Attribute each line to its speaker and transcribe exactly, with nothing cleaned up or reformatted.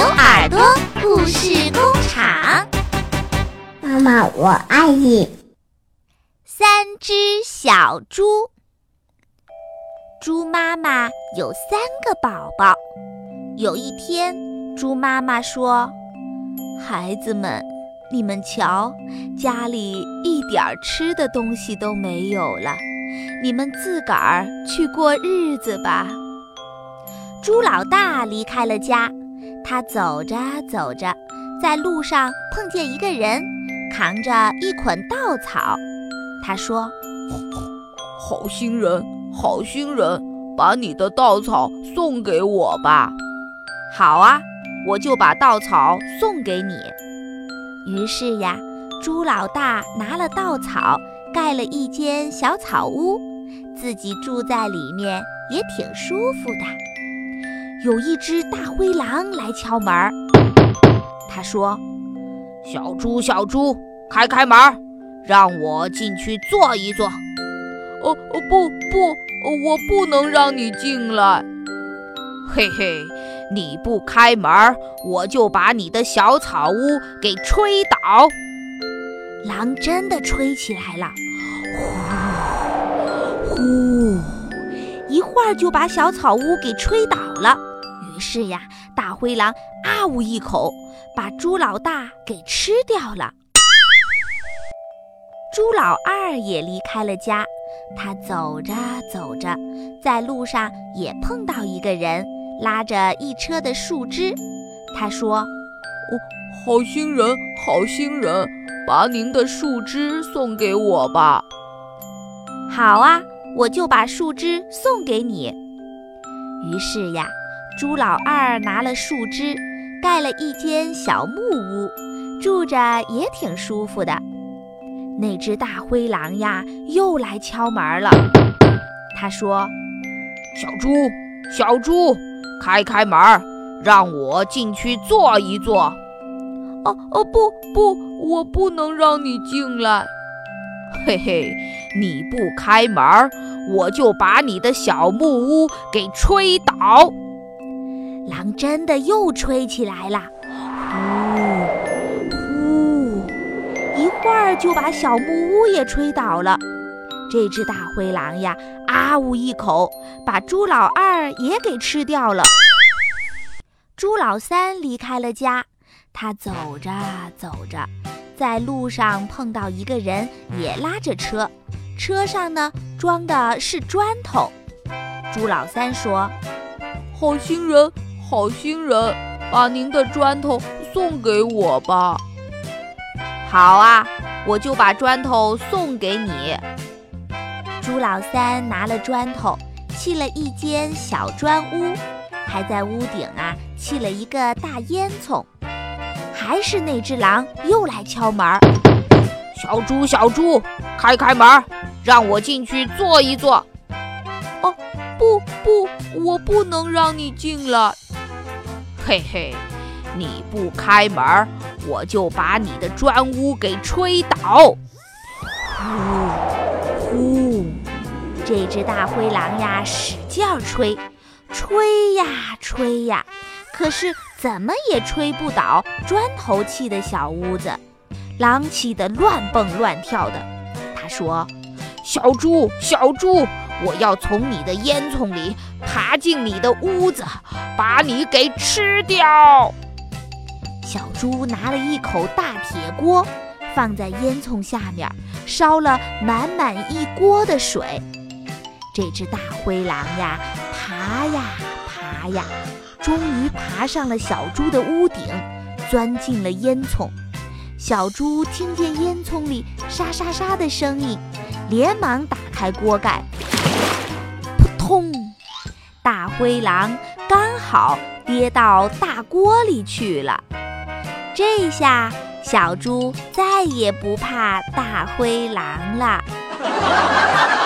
Speaker 1: 牛耳朵故事工厂。
Speaker 2: 妈妈，我爱你。
Speaker 1: 三只小猪。猪妈妈有三个宝宝。有一天，猪妈妈说：孩子们，你们瞧，家里一点吃的东西都没有了，你们自个儿去过日子吧。猪老大离开了家，他走着走着，在路上碰见一个人，扛着一捆稻草。他说：
Speaker 3: 好心人，好心人，把你的稻草送给我吧。
Speaker 1: 好啊，我就把稻草送给你。于是呀，猪老大拿了稻草，盖了一间小草屋，自己住在里面也挺舒服的。有一只大灰狼来敲门，他说：
Speaker 3: 小猪小猪，开开门，让我进去坐一坐。哦哦不不，我不能让你进来。嘿嘿，你不开门，我就把你的小草屋给吹倒。
Speaker 1: 狼真的吹起来了，呼呼，一会儿就把小草屋给吹倒了。于是呀，大灰狼啊呜一口，把猪老大给吃掉了。猪老二也离开了家，他走着走着，在路上也碰到一个人，拉着一车的树枝。他说：
Speaker 3: 哦，好心人，好心人，把您的树枝送给我吧。
Speaker 1: 好啊，我就把树枝送给你。于是呀，猪老二拿了树枝，盖了一间小木屋，住着也挺舒服的。那只大灰狼呀，又来敲门了。他说：
Speaker 3: 小猪小猪，开开门，让我进去坐一坐。哦哦不不，我不能让你进来。嘿嘿，你不开门，我就把你的小木屋给吹倒。
Speaker 1: 狼真的又吹起来了，呼呼，一会儿就把小木屋也吹倒了。这只大灰狼呀，啊呜一口，把猪老二也给吃掉了。猪老三离开了家，他走着走着，在路上碰到一个人，也拉着车，车上呢装的是砖头。猪老三说：
Speaker 3: 好心人，好心人，把您的砖头送给我吧。
Speaker 1: 好啊，我就把砖头送给你。猪老三拿了砖头，砌了一间小砖屋，还在屋顶啊砌了一个大烟囱。还是那只狼又来敲门。
Speaker 3: 小猪小猪，开开门，让我进去坐一坐。哦不不，我不能让你进来。嘿嘿，你不开门，我就把你的砖屋给吹倒。
Speaker 1: 呼呼，这只大灰狼呀，使劲吹，吹呀吹呀，可是怎么也吹不倒砖头砌的小屋子。狼气得乱蹦乱跳的。他说：
Speaker 3: 小猪小猪，我要从你的烟囱里爬进你的屋子，把你给吃掉。
Speaker 1: 小猪拿了一口大铁锅，放在烟囱下面，烧了满满一锅的水。这只大灰狼呀，爬呀爬呀，终于爬上了小猪的屋顶，钻进了烟囱。小猪听见烟囱里沙沙沙的声音，连忙打开锅盖，扑通，大灰狼刚好跌到大锅里去了。这下小猪再也不怕大灰狼了。